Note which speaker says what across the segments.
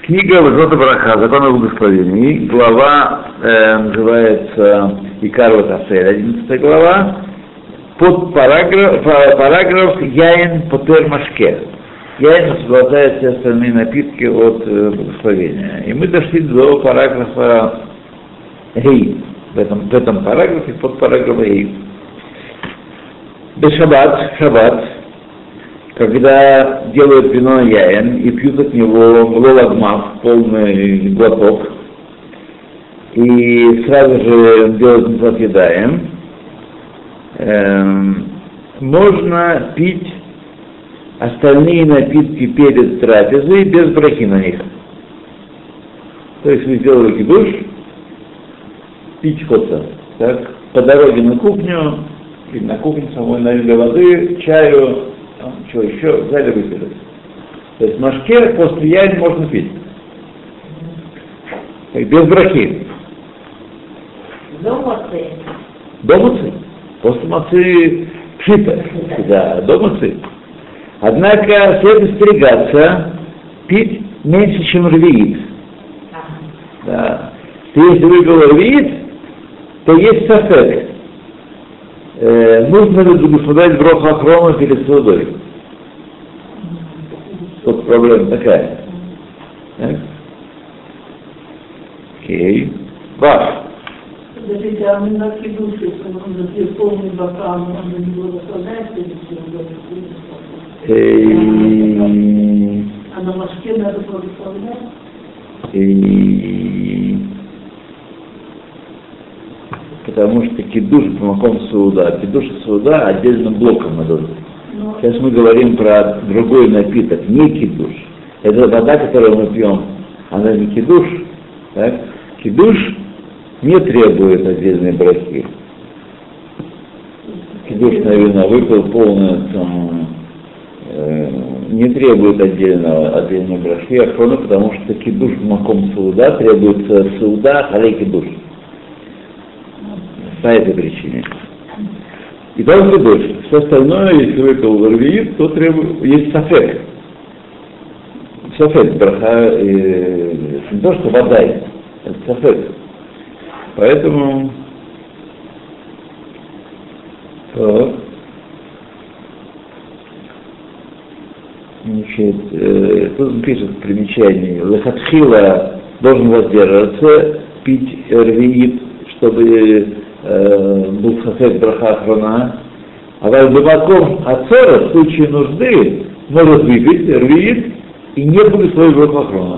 Speaker 1: Книга Вазота Браха, Закон о благословении, глава называется Икар Ватасель, 11 глава, под параграф Яин Потер Машке. Яин освобождает все остальные напитки от благословения. И мы дошли до параграфа Гей, в этом параграфе, под параграфом Гей. Шаббат, когда делают вино яин и пьют от него лолагмав, полный глоток, и сразу же делают митцвот едаем, можно пить остальные напитки перед трапезой без брахи на них. То есть вы сделали кидуш, пить коца, так, по дороге на кухню, или на кухне самой налили воды, чаю, что еще, взяли, выпили. То есть машке после яйн можно пить. Так, без брахи.
Speaker 2: До мацы.
Speaker 1: До мацы. После мацы пшита. Да, до мацы. Однако следует остерегаться пить меньше, чем рвиит. Да. Если выпил рвиит, то есть сафек. Нужно ли благословлять броху ахрона перед судой? Тут проблема такая. Так? Окей. Ваш.
Speaker 2: Подождите, а мы на кидуше, если он запил полный бокал, он не благословляет перед судой? А на машке надо благословлять?
Speaker 1: Потому что кидуш бмаком сауда. Кидуш и сауда отдельным блоком идут. Сейчас мы говорим про другой напиток, не кидуш. Это вода, которую мы пьем, она не кидуш. Так? Кидуш не требует отдельной брахи. Кидушное вино выпил полное, не требует отдельной брахи, ахрона, потому что кидуш бмаком сауда требуется сауда, халей кидуш. По этой причине. И только дождь. Все остальное, если выпил рвиит, то есть сафек. Сафек, браха, не то, что вода, это сафек. Поэтому значит, тут пишет в примечании, лехатхила должен воздерживаться, пить рвиит, чтобы был сафек браха ахрона, а в ацора в случае нужды может выпить рвиит и не благословить браху ахрона.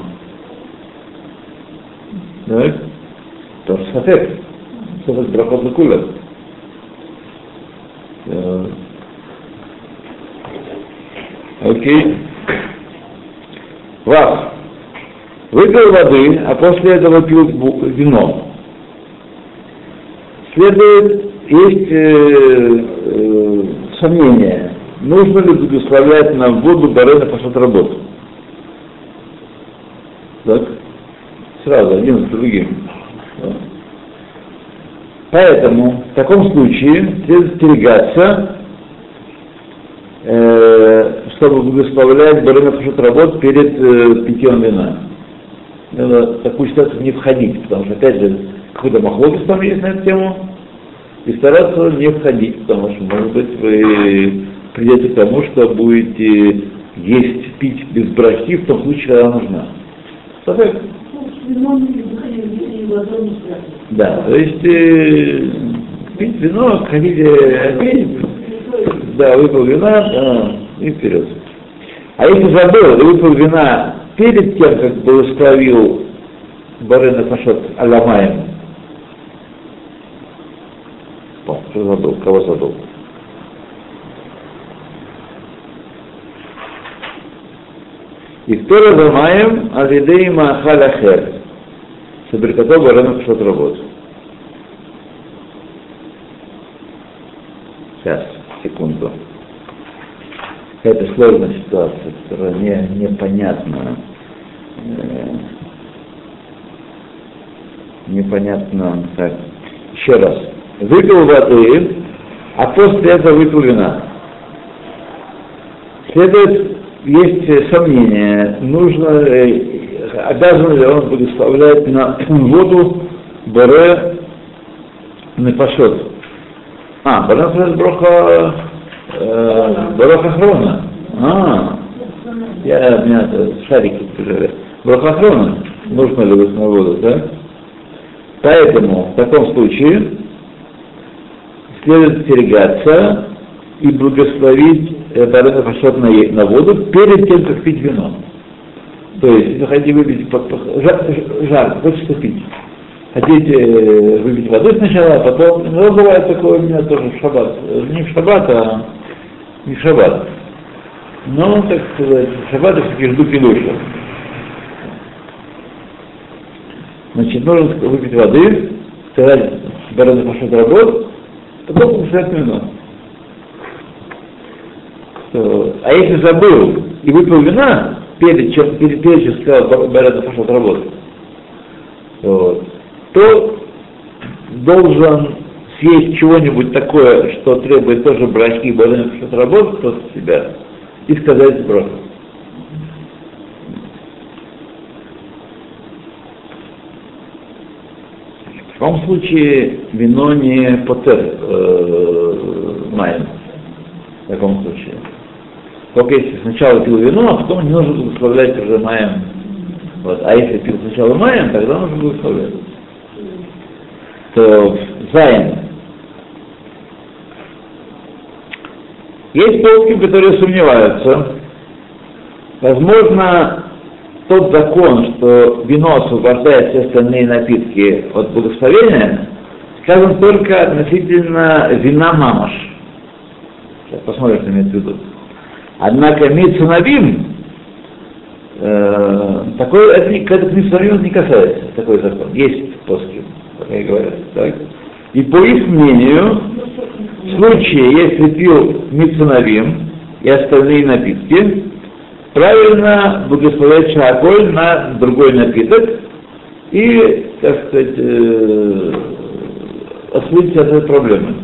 Speaker 1: Так? Тоже сафек браха закуля. Окей. Вав. Выпил воды, а после этого пил вино. Следует, есть сомнение, нужно ли благословлять на воду барена пошат работу. Так? Сразу, один за другим. Поэтому в таком случае следует остерегаться, чтобы благословлять барена пошат работу перед питьем вина. Надо в такую ситуацию не входить, потому что, опять же, какой-то махлокис там есть на эту тему, и стараться не входить, потому что, может быть, вы придете к тому, что будете есть, пить без брахи в том случае, когда нужна. Сафек? Да, то есть пить вино, хотите пить, да, выпил вина, и вперед. А если забыл, выпил вина перед тем, как благословил барена пашот аламаем. Что забыл? Кого забыл? И второй аламаем авидей маахал ахер. Соберкато барена пашот работу. Сейчас, секунду. Какая-то сложная ситуация, которая непонятна. Непонятно, так. Еще раз. Выпил воды, а после этого выпил вина. Следует есть сомнения, обязан ли он благословлять на воду Боре Нефашот. Боре Нефашот Броха Хрона. Меня шарики говорят. Броха Хрона. Нужно ли на воду, да? Поэтому в таком случае следует остерегаться и благословить Боре Нефашот на воду перед тем, как пить вино. То есть, если хотите выпить жарко, хочется пить. Хотите выпить воды сначала, а потом, бывает такое у меня тоже в шаббат. Не в шаббат, а не в шаббат. Но, так сказать, в шаббат я все-таки жду кидуша. Значит, нужно выпить воды, сказать Боре Нефашот работ, потом благословить вино. А если забыл и выпил вина, перед чем сказал Боре Нефашот работать, то должен съесть чего-нибудь такое, что требует тоже брахи Боре Нефашот работать после себя, и сказать сброс. В таком случае вино не потер маем. В таком случае. Только если сначала пил вино, а потом не нужно благословлять уже маем. А если пил сначала маем, тогда нужно благословлять. То зайн. Есть толки, которые сомневаются. Возможно, тот закон, что вино освобождает все остальные напитки от благословения, сказан только относительно вина мамаш. Сейчас посмотрим, что имеется в виду. Однако Мицунавим, такой, это Мицунавим не касается, такой закон. Есть плоские, как я говорю. Так? И по их мнению, в случае, если пил Мицунавим и остальные напитки, правильно благословлять шааколь на другой напиток и, так сказать, освободиться от этой проблемы.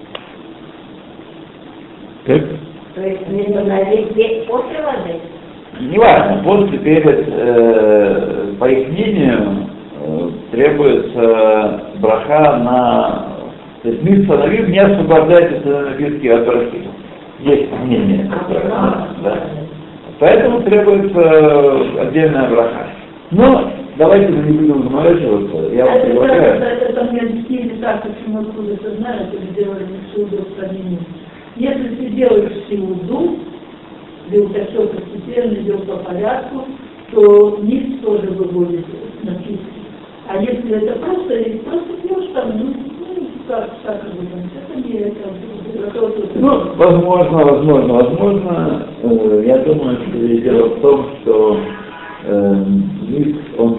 Speaker 1: Так?
Speaker 3: То есть Мицунавим после воды?
Speaker 1: Неважно, после перед, по их мнению, требуется браха на... То есть Мицунавим не освобождает остальные напитки от брахи. Есть мнение. Да. Поэтому требуется отдельная браха. Но давайте мы не будем заморачиваться. Я вам предлагаю.
Speaker 2: Это мне объяснили так, почему откуда-то знают, или делали суду в сравнении. Если ты делаешь сиуду, бил косел постепенно, бил по порядку, то низ тоже выводит напитки. А если это просто пьешь там, как это не это.
Speaker 1: Возможно. Я думаю, что дело в том, что низ, он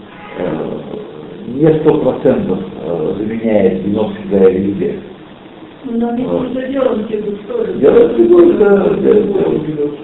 Speaker 1: не 100% заменяет вино всегда или везде.
Speaker 2: Но низ уже делаем кидуш тоже.
Speaker 1: Делаем кидуш, да, делаем кидуш.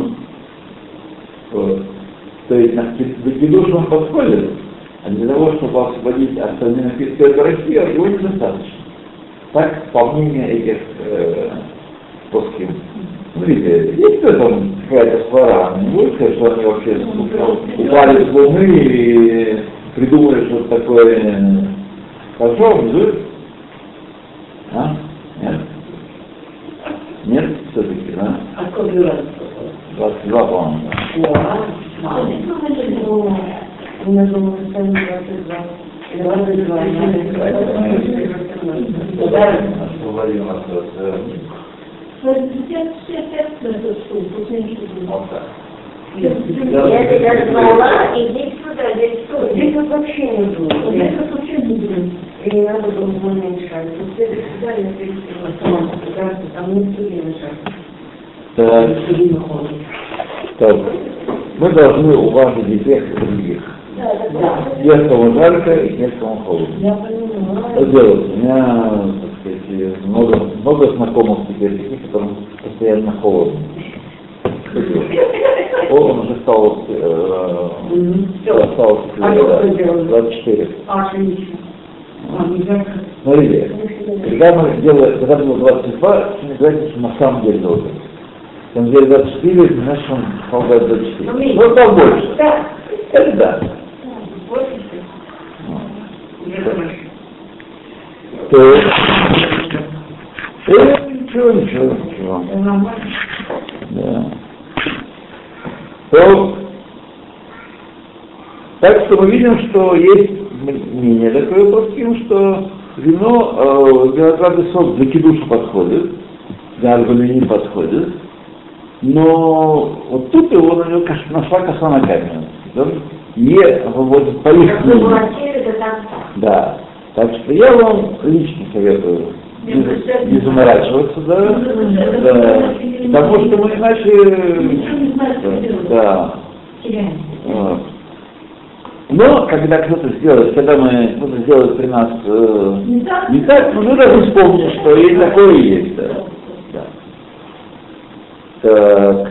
Speaker 1: То есть на кидуш он подходит, а для того, чтобы освободить остальные напитки от брахи, его недостаточно. Так, по мнению этих плоских. Смотрите, есть в этом какая-то свара, не будет сказать, что они вообще упали с луны и придумали что-то такое хорошо, внизу? А? Нет? Нет, все-таки, да?
Speaker 2: А сколько раз?
Speaker 1: 22, по-моему.
Speaker 3: Я думаю, что они 22.
Speaker 1: Освободим от
Speaker 3: Я тебя звала, иди сюда, здесь что? Здесь вот вообще не было. Здесь вот вообще не было. И не надо было уменьшать. Вот все сюда, я перестала сама, потому что там не все мешать.
Speaker 1: Так. Мы должны уважить и тех, и других. Есть кому жарко, и есть кому холодно.
Speaker 3: Я понимаю.
Speaker 1: Что делать? У меня, так сказать, много знакомых теперь таких, которым постоянно холодно. Он уже стал, осталось 24. Смотрите, когда было 22, не говорите, что на самом деле долго. Там деле 24, значит он помогает 24.
Speaker 3: меньше.
Speaker 1: Ну, там больше.
Speaker 3: Да.
Speaker 1: Это да.
Speaker 3: Больше.
Speaker 1: То ничего.
Speaker 3: Нормально.
Speaker 1: Да. То, так что мы видим, что есть мнение такое плоским, что виноградный сок для кидуша подходит, для арбалини подходит, но вот тут его на него нашла коса на камень. Не выводит по их мнению. Да. Так что я вам лично советую не заморачиваться, да, потому что мы иначе, да. Вот. Но когда кто-то сделает, когда мы кто-то сделает при нас не так, мы должны вспомнить, что и такое есть, да. Так.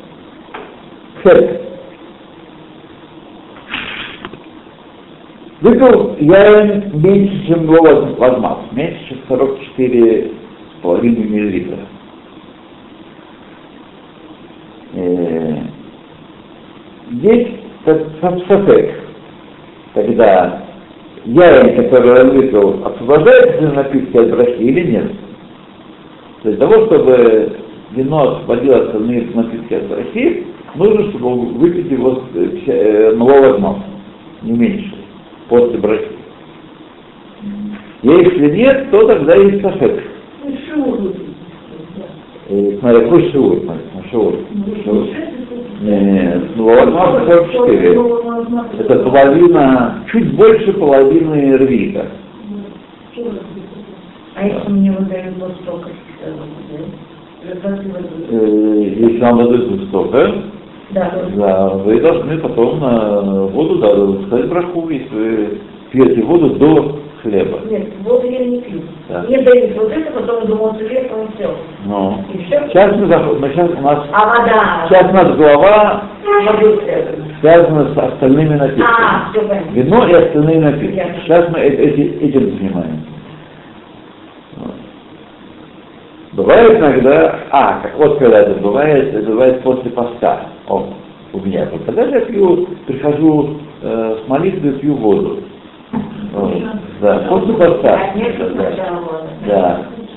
Speaker 1: Выпил я меньше, чем возмаз, меньше, чем 44,5 миллилитра. Есть сафек, когда яйн, который он выпил, освобождается из напитки от брахи или нет. Для того, чтобы вино освободило остальные напитки от брахи, нужно, чтобы выпить его малого дна, не меньше, после брахи. Если нет, то тогда есть сафек. Смотри, какой шиур? Нет, малого 44. Это половина, чуть больше половины рвита.
Speaker 3: А если мне выдают вот столько?
Speaker 1: Если вам дадут столько, да, вы должны потом на воду сказать браху, если вы пьете воду до хлеба.
Speaker 3: Нет, воду я не пью.
Speaker 1: Да.
Speaker 3: Мне дают вот это, потом думал, хлеб, он все.
Speaker 1: Ну.
Speaker 3: И все?
Speaker 1: Сейчас у нас
Speaker 3: вода.
Speaker 1: Сейчас у нас голова
Speaker 3: Воду
Speaker 1: связана с остальными напитками.
Speaker 3: Все понятно.
Speaker 1: Вино и остальные напитки. Сейчас мы этим занимаемся. Бывает иногда, вот когда это бывает после поста. У меня. Когда же я прихожу с молитвы, пью воду. Да, после поста. Да.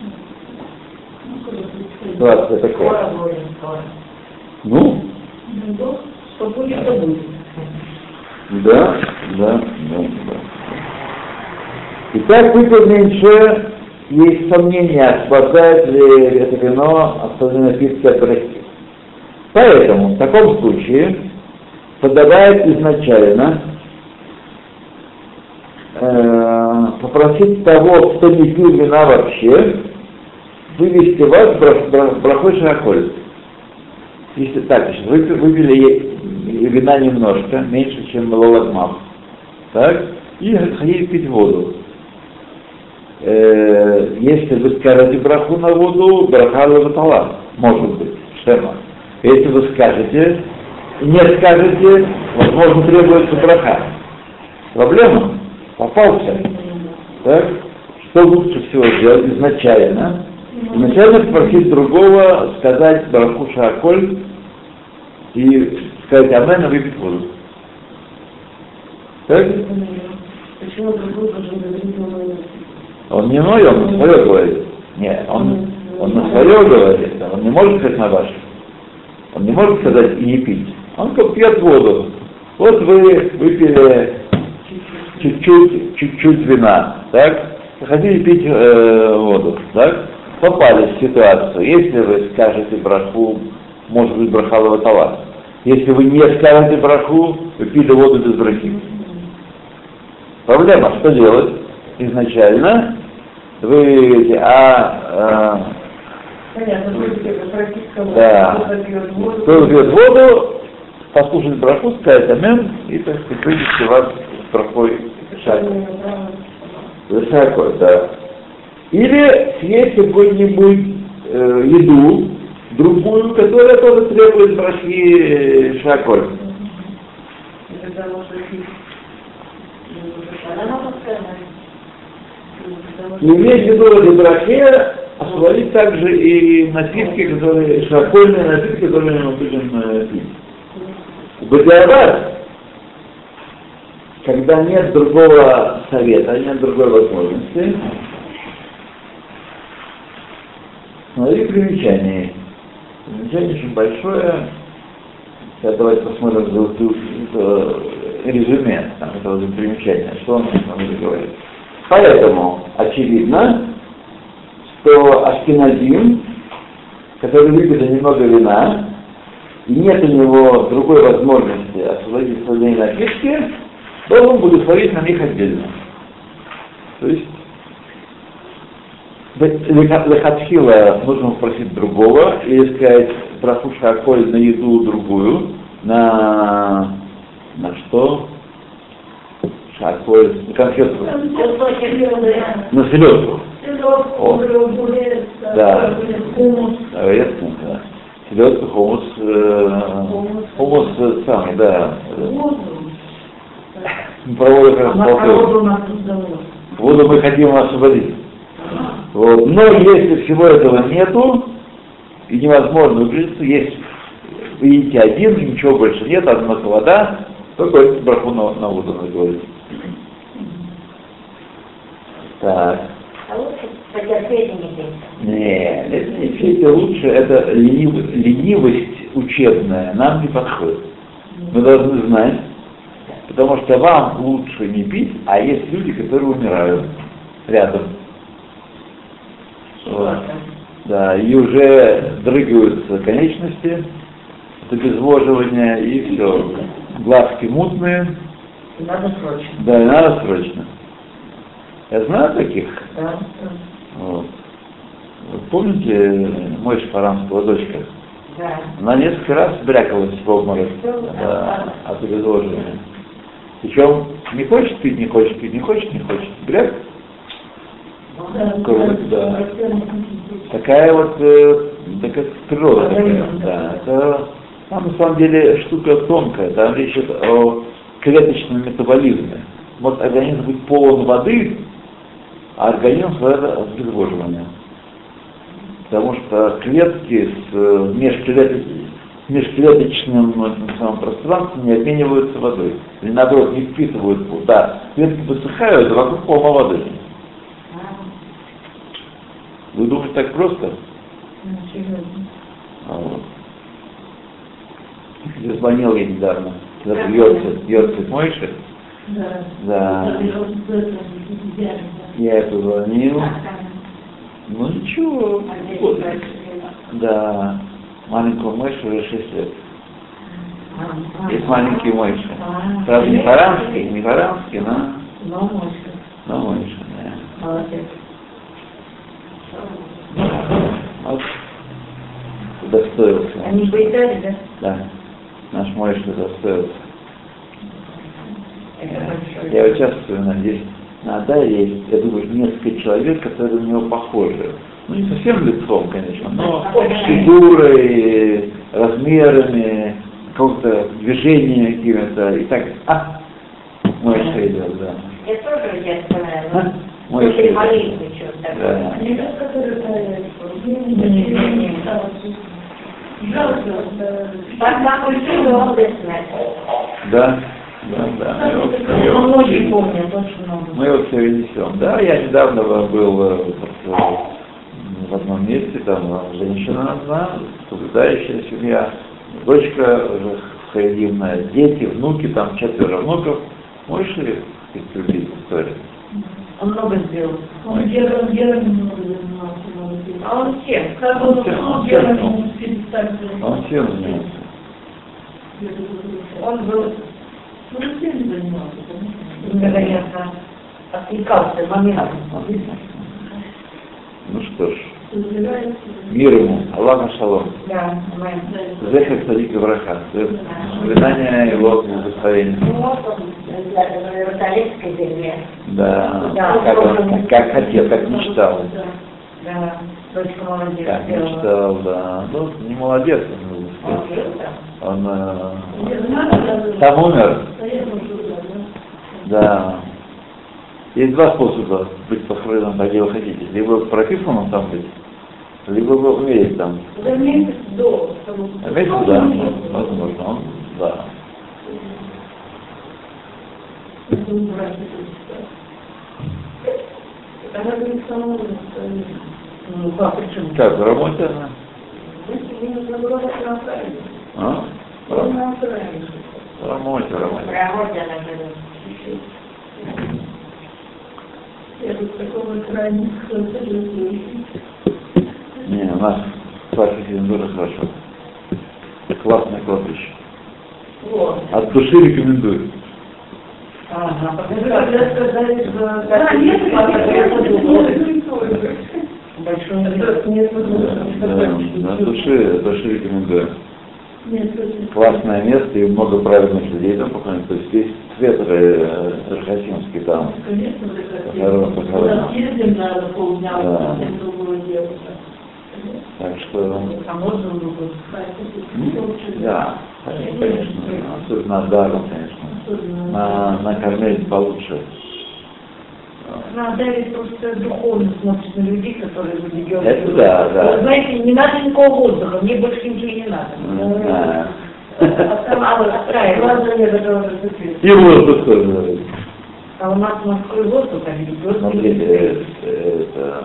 Speaker 1: Ситуация такая. Ну?
Speaker 3: Что будет, то будет.
Speaker 1: Да. Итак, выпил меньше. Есть сомнения, освобождает ли это вино остальные напитки от брахи. Поэтому в таком случае подобает изначально попросить того, кто не пил вина вообще, вывести вас брахой шахоль. Если так, выпили вина немножко, меньше, чем лолагмав, так, и хотите пить воду. Если вы скажете браху на воду, браха лаватала, может быть, шема. Если вы скажете, не скажете, возможно, требуется браха. Проблема? Попался. Так? Что лучше всего сделать изначально? Изначально попросить другого сказать браху шахоль и сказать амен и выпить воду. Так?
Speaker 3: Почему другой должен говорить на мою?
Speaker 1: Он не мой, он на свое говорит. Нет, он на свое говорит, он не может сказать на ваше. Он не может сказать и не пить. Он пьет воду. Вот вы выпили чуть-чуть вина, так? Хотите пить воду, так? Попали в ситуацию. Если вы скажете браху, может быть браха лаватала. Если вы не скажете браху, вы пили воду без брахи. Проблема, что делать? Изначально вы кто пьет воду, послушать браху, сказать амен и, так сказать, вывести вас с брахой шакой, да. Или съесть какую-нибудь еду, другую, которая тоже требует брахи шакой. Не имеет в виду в этой брахе освободить также и напитки, которые, алкогольные напитки, которые мы будем пить. Бадиабад, когда нет другого совета, нет другой возможности, смотри примечание. Примечание очень большое. Сейчас давайте посмотрим резюме, там это вот примечание, что он нам говорит. Поэтому очевидно, что ашкеназим, который любит немного вина, и нет у него другой возможности освободить свои напитки, должен благословить на них отдельно. То есть лехатхила нужно спросить другого, или сказать, прошу шаколь на еду другую, на что? Шаколь, на конфетку. На селедку. Да. Да. Селедка, хумус, хумус самый, да. Воду мы хотим освободить. Вот. Но если всего этого нету, и невозможно выключиться, есть, видите, один, и ничего больше нет, одна вода, то говорится браху на воду надо говорить. Так.
Speaker 3: А лучше потерпеть не
Speaker 1: Нет, это не все это лучше, это ленивость учебная нам не подходит. Мы должны знать, потому что вам лучше не пить, а есть люди, которые умирают рядом. Вот. Да, и уже дрыгаются конечности от обезвоживания, и все. Глазки мутные.
Speaker 3: Надо срочно.
Speaker 1: Да, и надо срочно. Я знаю таких.
Speaker 3: Да.
Speaker 1: Вот. Вы помните Мойша Фарамского дочка?
Speaker 3: Да.
Speaker 1: Она несколько раз брякалась в обморок от обезвоживания. Причем не хочет пить, не хочет пить, не хочет, не хочет. Бряк. Да. Такая вот, такая природа такая. Да. Это, там на самом деле штука тонкая, там речь идет о клеточном метаболизме. Может организм быть полон воды, а организм это обезвоживание. Потому что клетки с межклеточным самым пространством не обмениваются водой. Или наоборот, не впитывают воду. Да, клетки высыхают, а вокруг полно воды. Вы думаете, так просто? Вот. Я звонил ей недавно, когда Йорцит Мойши. Да. Я ей позвонил. Ну ничего. Да. Маленькому Мойше уже 6 лет. Есть маленький Мойше. Правда, не Фарамский, но Мойше, да.
Speaker 3: Молодец.
Speaker 1: Вот. Удостоился.
Speaker 3: Они поедали, да?
Speaker 1: Да. Наш Мойше удостоился.
Speaker 3: Это хорошо.
Speaker 1: Я участвую, надеюсь, на Адаре есть, я думаю, несколько человек, которые на него похожи. Ну, не совсем лицом, конечно, но фигурой, размерами, какого-то движения какими-то, и так, Мойше идет, да.
Speaker 3: Я тоже у тебя вспоминаю.
Speaker 1: Мойше
Speaker 3: После
Speaker 1: идет.
Speaker 3: молитвы что-то такое. Тогда культуру он
Speaker 1: Да.
Speaker 3: Он очень помнит, очень много.
Speaker 1: Мы его все несем. Да, я недавно был в одном месте, там женщина одна, соблюдающая семья, дочка уже хаидимная, дети, внуки, там 4 внуков. Мойши, если любить историю.
Speaker 3: Он много сделал.
Speaker 2: Он делом много занимался.
Speaker 3: А он всем.
Speaker 2: Как он делом перестали.
Speaker 1: Он всем занимался.
Speaker 3: Он был,
Speaker 2: Он всем занимался,
Speaker 3: вероятно, отвлекался моментом.
Speaker 1: Ну что ж, мир ему, Аллах шалом.
Speaker 3: Да, понимаем.
Speaker 1: Зехер садик и враха. Воспоминания его благословения.
Speaker 3: Ну, вот он, в Иерусалимской земле.
Speaker 1: Да,
Speaker 3: Да.
Speaker 1: как хотел, как мечтал.
Speaker 3: Да, дочка молодец.
Speaker 1: Как мечтал, да. Ну, не молодец, он там умер. Да. Есть 2 способа быть похороненным, так, где вы хотите. Либо прописанным там быть, Либо есть там.
Speaker 2: За месяц до.
Speaker 1: Месяц, да, возможно, он, да.
Speaker 2: Она говорит, самому ну, как, почему?
Speaker 1: Как, в работе она?
Speaker 2: Если не нужно было направить.
Speaker 1: А?
Speaker 2: Направить.
Speaker 1: В работе.
Speaker 3: Работа она говорит.
Speaker 2: Я тут такого крайне сожалею.
Speaker 1: Не, у нас классная физкультура хорошо. Классное кладбище.
Speaker 2: Вот.
Speaker 1: От души рекомендую.
Speaker 3: Ага,
Speaker 2: Когда сказали, что...
Speaker 3: Да, нет,
Speaker 2: большой нет,
Speaker 1: От души рекомендую.
Speaker 2: Нет,
Speaker 1: Классное место и много правильных людей там походит. То есть есть цвет Рахасимский там.
Speaker 2: конечно,
Speaker 1: Похоронен.
Speaker 2: ездим на полдня,
Speaker 1: Да.
Speaker 2: совсем другое дело.
Speaker 1: Так что,
Speaker 2: А можно было
Speaker 1: да, конечно. Особенно Адару, конечно. Накормить получше.
Speaker 3: Надо просто духовно смотреть на людей, которые ведет.
Speaker 1: Это да.
Speaker 3: Вы знаете, не надо никакого воздуха, мне больше ничего не надо.
Speaker 1: Да.
Speaker 3: Глаза не готовы зацепить.
Speaker 1: И воздух тоже.
Speaker 3: А у нас морской воздух, а ведет.
Speaker 1: Смотрите, это...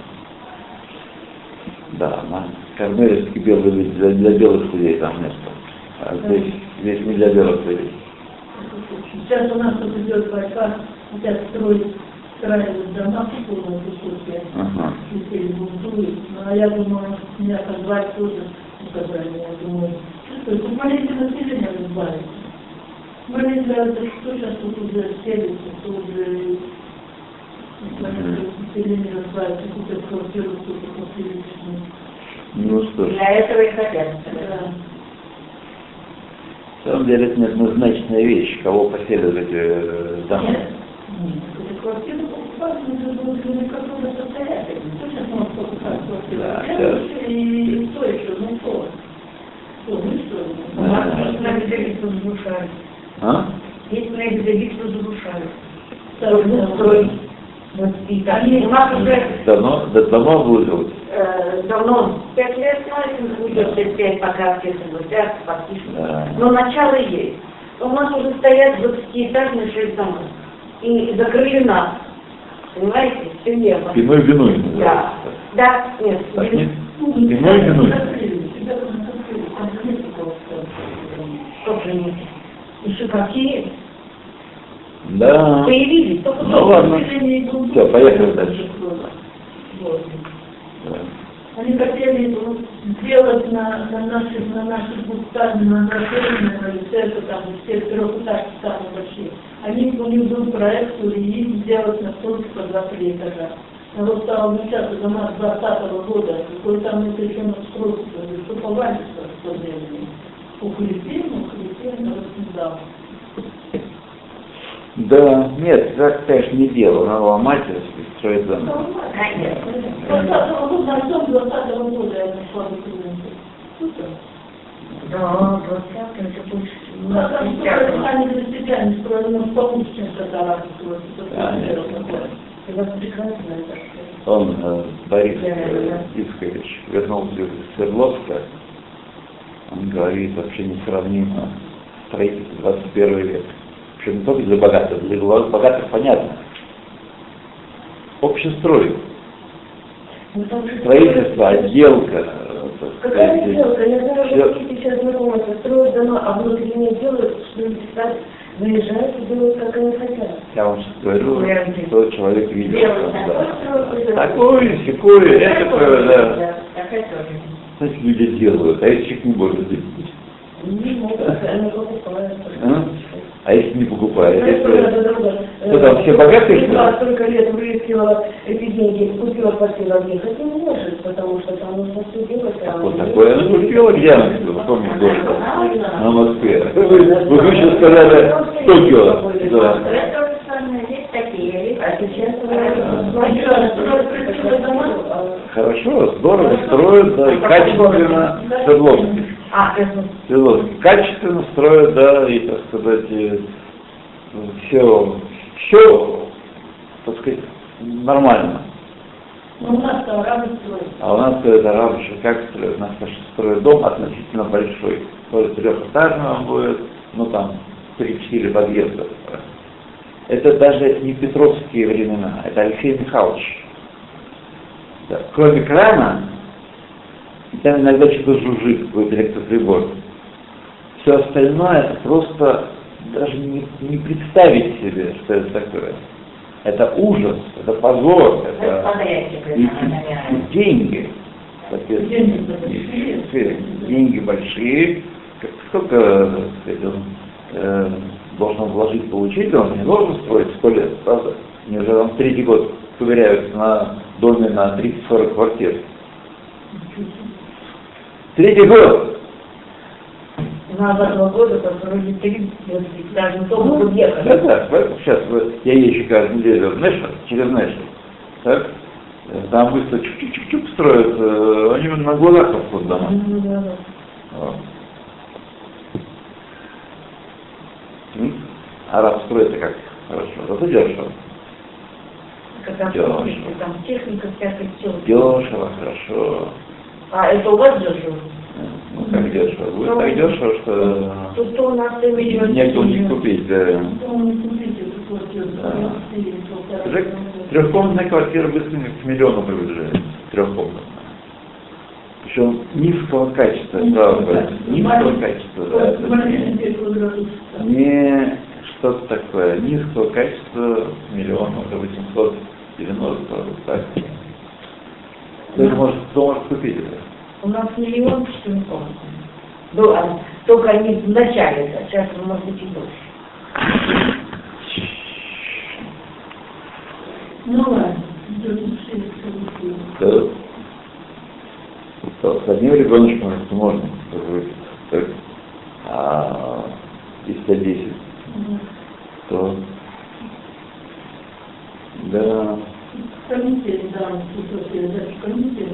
Speaker 1: Да, Кармелевский белый лист для белых людей там место. А здесь не для белых людей.
Speaker 2: Сейчас у нас тут идет войска, хотят строить дома в полном высоте, летели бунтуют. А я думаю, меня позвать тоже указание. Я думаю, что маленькое население разбавить. Маленькое, что сейчас тут уже селится, что уже население разбавить, какую-то квартиру, кто-то поселится.
Speaker 1: Ну что ж.
Speaker 3: Для этого и хотят.
Speaker 2: Да.
Speaker 1: На самом деле это неоднозначная вещь, кого поселят в эти дома.
Speaker 2: Нет. Это квартира покупать, но это которые состоятельны. Сейчас можно покупать квартиру.
Speaker 1: Да,
Speaker 2: И что еще? Ну что? Ну что?
Speaker 3: У нас есть на Медовицу задушали.
Speaker 1: А?
Speaker 3: Есть на Медовицу задушали.
Speaker 2: Второй
Speaker 3: Строить. Вот и так. У нас уже
Speaker 1: Давно будет?
Speaker 3: давно 5 лет, но будет 5, пока все согласятся, подпишут.
Speaker 1: Да.
Speaker 3: Но начало есть. У нас уже стоят 20-этажные 6 домов. И закрыли нас. Понимаете? Все небо.
Speaker 1: Спиной виной.
Speaker 3: Да. Да, нет.
Speaker 1: Так нет? Спиной виной.
Speaker 3: Что же нет? Еще какие?
Speaker 1: Да.
Speaker 3: Появились, только
Speaker 1: Ну ладно. Все, поехали дальше. Да.
Speaker 2: Они хотели сделать на наших бухтах, на церкви, там, все трехэтажки самые большие. У них был проект, их сделать на столбе по 2-3 этажа. Народ стал обучаться до нас 2020 года, какой там это еще надстройка, что повалится в то время. Укрепим, народ не дал.
Speaker 1: Да, нет, так, конечно, не дело. Надо ломать и строить заново.
Speaker 2: 2020 года я нашла документы. Супер.
Speaker 3: Да, 20-й, это больше.
Speaker 2: Они для себя не строили, но получше, чем татараны строят.
Speaker 3: Это прекрасно, это.
Speaker 1: Он, Борис Искович, вернулся из Свердловска. Он говорит, вообще несравнимо строительство 21 век. Причем не только для богатых, для богатых понятно. Общестрой. Строительство, отделка.
Speaker 3: Какая отделка? Я знаю, что сейчас знакомятся, строят дома, а внутренние делают, что так выезжают и делают, как они хотят.
Speaker 1: Я вам сейчас говорю, что человек видел. Да. Такое, секое, это, да. Значит, люди делают, а если их не будет делать?
Speaker 3: Не могут, они покупают.
Speaker 1: А если не покупают?
Speaker 3: Что
Speaker 1: там, все богатые, что ли?
Speaker 3: Я столько лет выискивала эти деньги, купила квартиру в Ехать, не может, потому что там нужно все делать.
Speaker 1: Вот такое она купила, где она купила? В каком городе? На Москве. Вы сейчас сказали, в Токио. Да.
Speaker 3: Есть такие, а сейчас
Speaker 1: Хорошо, здорово строят, да, и качественно Свердловский. Свердловский. Качественно строят, да, и, так сказать, все, так сказать, нормально.
Speaker 2: Ну, у нас арабы строят.
Speaker 1: А у нас строят арабы, как строят? У нас строят дом относительно большой. Тоже трехэтажный он будет, ну там 3-4 подъезда. Это даже не петровские времена, это Алексей Михайлович. Да. Кроме крана, там иногда что-то жужжит, какой-то электроприбор. Все остальное это просто даже не представить себе, что это такое. Это ужас, это позор, это и деньги. Деньги большие. Сколько, сказать, он должен вложить получить, он не должен строить 100 лет, правда? Они уже там 3-й год ковыряются на доме на 30-40 квартир. 3-й год!
Speaker 3: На 2 года построили 3, даже дома подъехали.
Speaker 1: Да, сейчас я езжу каждую неделю в Нэшвилл, через Нэшвилл. Так? Там быстро чук-чук-чук строят, они на глазах расходят дома. Вот. Араб строит как? Хорошо, зато дешево.
Speaker 3: Дешево. Там техника всякая, все.
Speaker 1: Дешево, хорошо.
Speaker 3: А это у вас дешево?
Speaker 1: Ну как дешево? Будет так дешево, что
Speaker 3: тут у нас
Speaker 1: некуда не купить, да. Уже трехкомнатная квартира быстро к миллиону приближается. Трехкомнатная. Причем низкого качества, правда. Низкого качества, да. Не что-то такое. Низкого качества миллион, уже 890, так. Кто может купить это?
Speaker 3: У нас 1 400 000. Только они в начале, а сейчас может быть и больше.
Speaker 2: Ну ладно,
Speaker 1: да. С одним ребеночком это можно, так? А если 10, то да.
Speaker 2: Комитет, да, комитет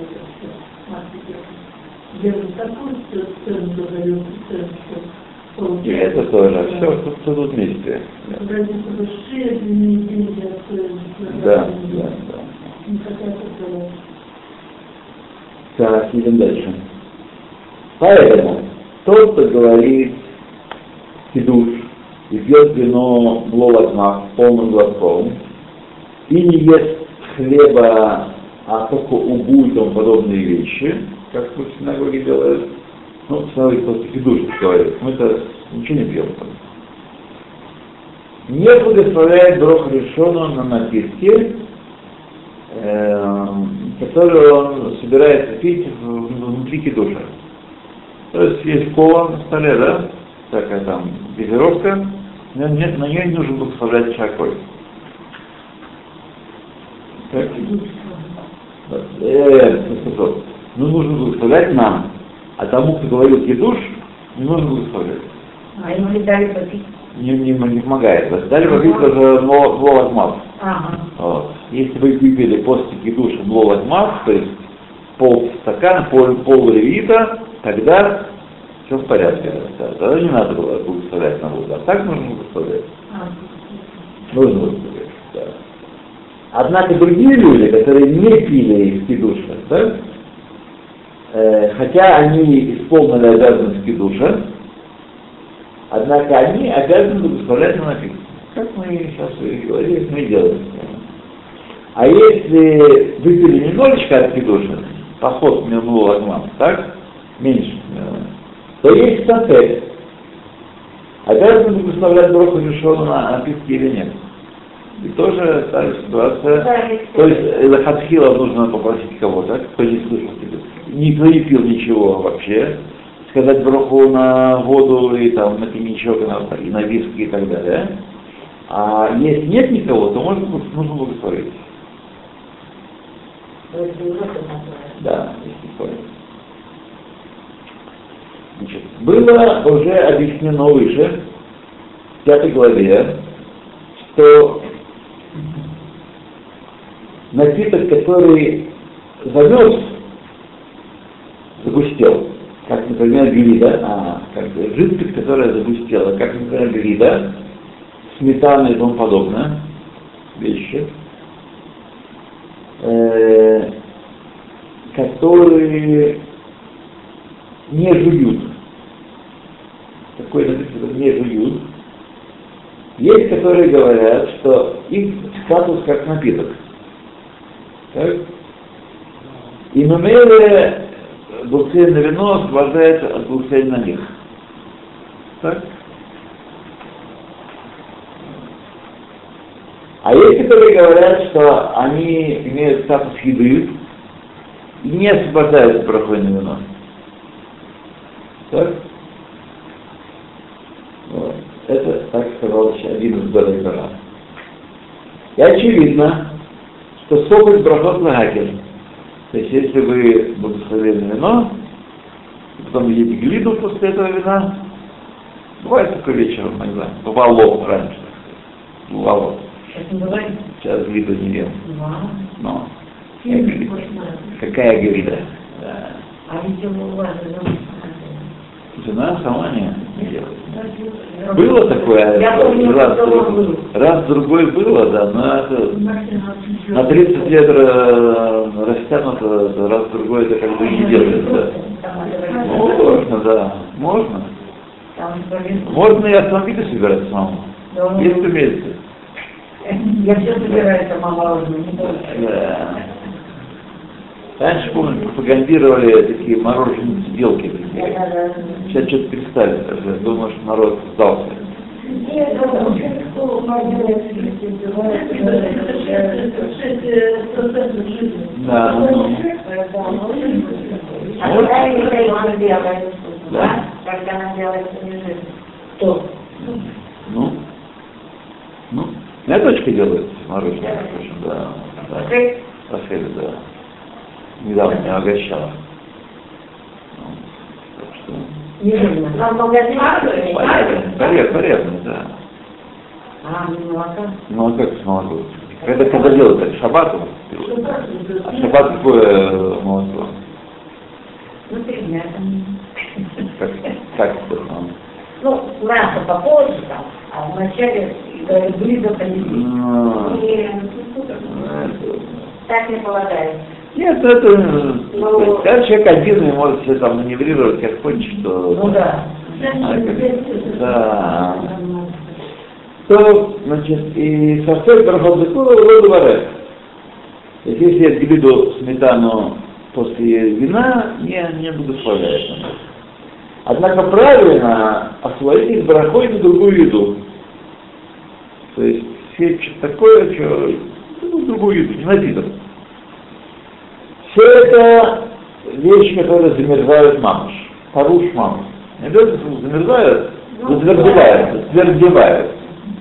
Speaker 2: делают такую цену, задают цену, что
Speaker 1: И это тоже, все тут вместе.
Speaker 2: большие деньги
Speaker 1: Да.
Speaker 2: Не хотят отдавать.
Speaker 1: Так, идем дальше. Поэтому тот, кто говорит кидуш и пьет вино в ловотмах полным глотком, и не ест хлеба, а только убу и тому подобные вещи, как в синагоге делают, ну, в синагоге просто кидуш говорит, мы-то ничего не пьем. Не благословляет броху решену на напитки, который он собирается пить внутри кидуша. То есть есть кола на столе, да, такая там газировка, на нее не нужно благословлять чакой. Так? Ну, нужно благословлять нам, а тому, кто говорил кидуш, не нужно благословлять.
Speaker 3: А ему не дали попить?
Speaker 1: Не помогает. Дали попить даже млолот мав. Вот. Если вы выпили после кидуша млолот мав, то есть полстакана, пол левита, тогда все в порядке. Тогда не надо было благословлять на воду. А так нужно благословлять. Нужно благословлять, да. Однако другие люди, которые не пили из кидуша, да, хотя они исполнили обязанность кидуша, однако они обязаны благословлять на напитки. Как мы сейчас говорили, мы делаем. А если выпили немножечко от кидуша, поход минул отман, так? Меньше, то есть сатек. Обязаны благословлять броху решену на напитки или нет. И тоже та же ситуация. То есть лахатхила нужно попросить кого-то, кто не слышал тебя. Никто не пил ничего вообще. Сказать броху на воду и там на коньячок, и на виски и так далее. А если нет никого, то нужно благословить. Да, если понял. Значит, было уже объяснено выше, в 5 главе, что напиток, который замерз, загустел, как, например, глида, жидкость, которая загустела, как, например, глида, сметана и тому подобное, вещи, которые не жуют. Такое написано, не жуют. Есть, которые говорят, что их статус как напиток. Так? И мемеле двухцельное вино освобождается от двухцель на них. Так? А есть, которые говорят, что они имеют статус еды и не освобождаются от брахой на вино. Так? Вот. Это, так сказал один из Бадайкара. И очевидно, что сопость брахот лагакель. То есть, если вы благословили вино, и потом едите глиду после этого вина, бывает такой вечером, иногда, бывало раньше, бывало.
Speaker 3: Сейчас не бывает?
Speaker 1: Сейчас глиду не ем. Но.
Speaker 3: Какая
Speaker 1: глида? Да.
Speaker 3: А ведь у вас
Speaker 1: Жена сама не делает. Было такое,
Speaker 3: я помню,
Speaker 1: раз другой было, да, но это на 30 лет растянуто, раз другой это как бы не делается. Да. Можно, да, можно. Можно и автомобили собирать самому. Есть умельцы.
Speaker 3: Я все собираю самовозно, не больше.
Speaker 1: Да. Раньше, помню, пропагандировали такие мороженые сделки. Сейчас что-то перестали даже. Думаю, что народ сдался. Да, ну.
Speaker 3: А когда она делает? Да? Когда она делает что?
Speaker 1: Ну, моя дочка делает мороженое, да. Рахель, да. Недавно меня угощала. Так что...
Speaker 3: А в магазине?
Speaker 1: Порядно, да.
Speaker 3: А, не молока?
Speaker 1: Ну а как с молоком? Когда делают, так, шаббату? А шаббат какое молоко?
Speaker 3: Ну, примерно.
Speaker 1: Как это?
Speaker 3: Ну, мясо попозже там, а вначале блюдо понесли. Так не полагается.
Speaker 1: Нет, это каждый человек один может себе там маневрировать как хочет, что...
Speaker 3: Ну да.
Speaker 1: Да. То, значит, и сосед брахот закура уроду варек. То есть, если я глиду сметану после вина, не благословляет. Однако правильно освоить их брахой на другую еду. То есть, все что-то такое, что другую еду, не напиток. Все это вещи, которые замерзают мамуш, паруш мамуш. Не обязательно замерзают, затвердевают.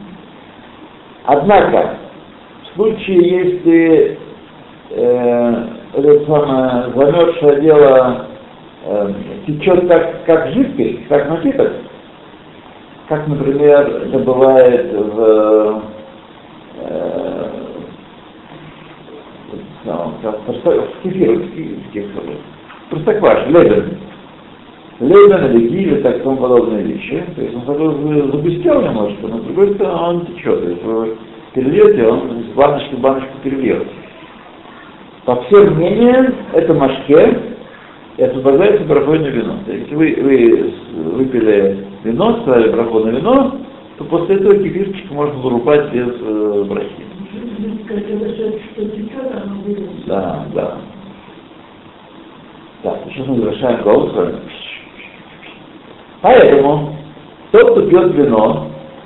Speaker 1: Однако, в случае, если это самое замерзшее дело течет как жидкость, как напиток, как, например, это бывает в кефир, простокваш, лебен или гиль, так, тому подобные вещи. То есть он загустел немножко, но с другой стороны он течет. То есть вы перельете, он из баночки в баночку перельется. По всем мнениям, это машке и освобождается брахой на вино. То есть если вы выпили вино, сказали брахой на вино, то после этого кефирчик можно вырубать без брахи. Да. Так, сейчас мы завершаем голос с вами. Поэтому тот, кто пьет вино,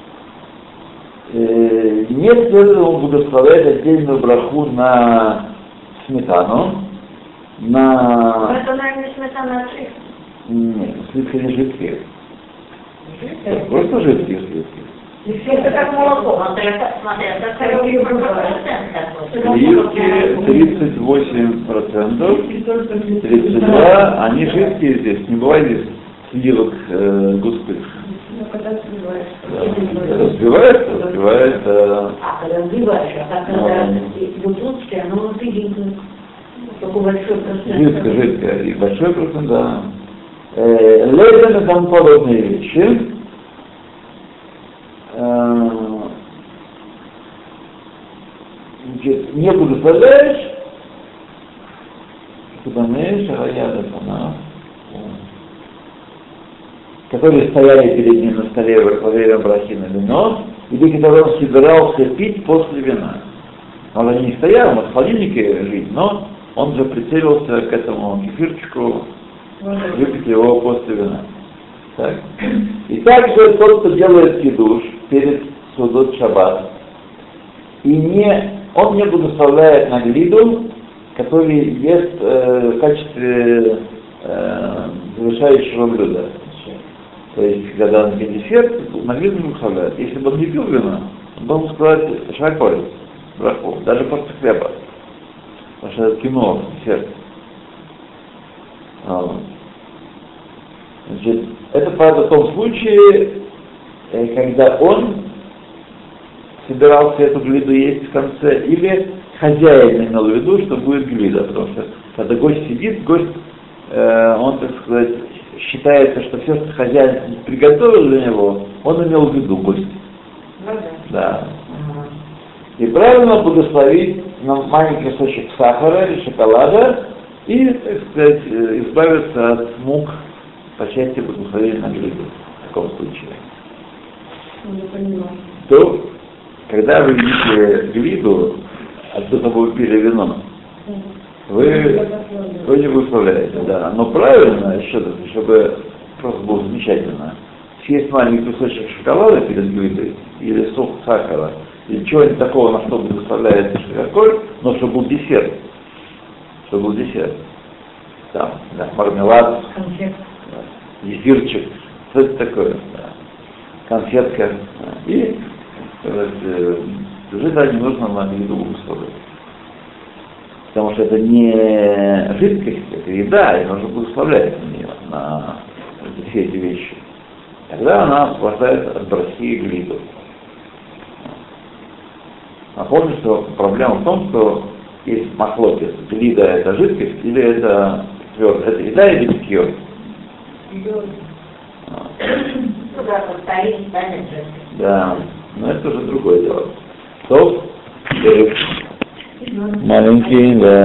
Speaker 1: не следует ему благословлять отдельную браху на сметану, на...
Speaker 3: Это, наверное, сметана от сливки.
Speaker 1: Нет, сливки не жидкие. Это просто жидкие сливки.
Speaker 3: Это как молоко. Смотри, это
Speaker 1: Сливки 38%, 32%, они жидкие здесь, не бывает здесь сливок густых.
Speaker 3: Когда сливаешь.
Speaker 1: Разбивает.
Speaker 3: Когда сливаешь, а когда бутылочки, оно тыгенькое. Такой большой процент.
Speaker 1: Жидкое. И большой процент, да. Лебен и тому подобные вещи. Значит, не благословляешь, Кудаме, Шараяда, Пана, которые стояли перед ним на столе во время брахи на вино, или которые он собирался пить после вина. Он же не стоял, он в холодильнике жить, но он же прицелился к этому кефирчику, выпить его после вина. Так. И также тот, кто делает кидуш перед Судот Шаббат, он не благословляет на глиду, который ест в качестве завершающего блюда. То есть, когда он пьет десерт, на глиду не благословляет. Если бы он не пил вина, он должен сказать шаколь, браху, даже после хлеба. Потому что это кино, десерт. Значит, это правда в том случае, когда он собирался эту глиду есть в конце, или хозяин имел в виду, что будет глида, потому что когда гость сидит, гость, он, так сказать, считается, что все, что хозяин приготовил для него, он имел в виду гость. Да. И правильно благословить на маленький кусочек сахара или шоколада и, так сказать, избавиться от мук по части благословения на глиду в таком случае. То, когда вы видите глиду, оттуда вы пили вино, вы не благословляете, да. Но правильно, еще раз, чтобы просто было замечательно, съесть маленький кусочек шоколада перед глидой, или сок сахара, или чего-нибудь такого, на что благословляется шоколад, но чтобы был десерт. Чтобы был десерт. Там, да, мармелад, зефирчик, что это такое, да. Конфетка. Да. И уже да, не нужно на глиду благословлять. Потому что это не жидкость, это еда, и нужно благословлять на нее, на все эти вещи. Тогда она освобождает от брахи и глиду. Напомню, что проблема в том, что есть махлокис, глида это жидкость или это твердое, это еда или питье? Да, но это уже другое дело. Стоп. Маленький, да.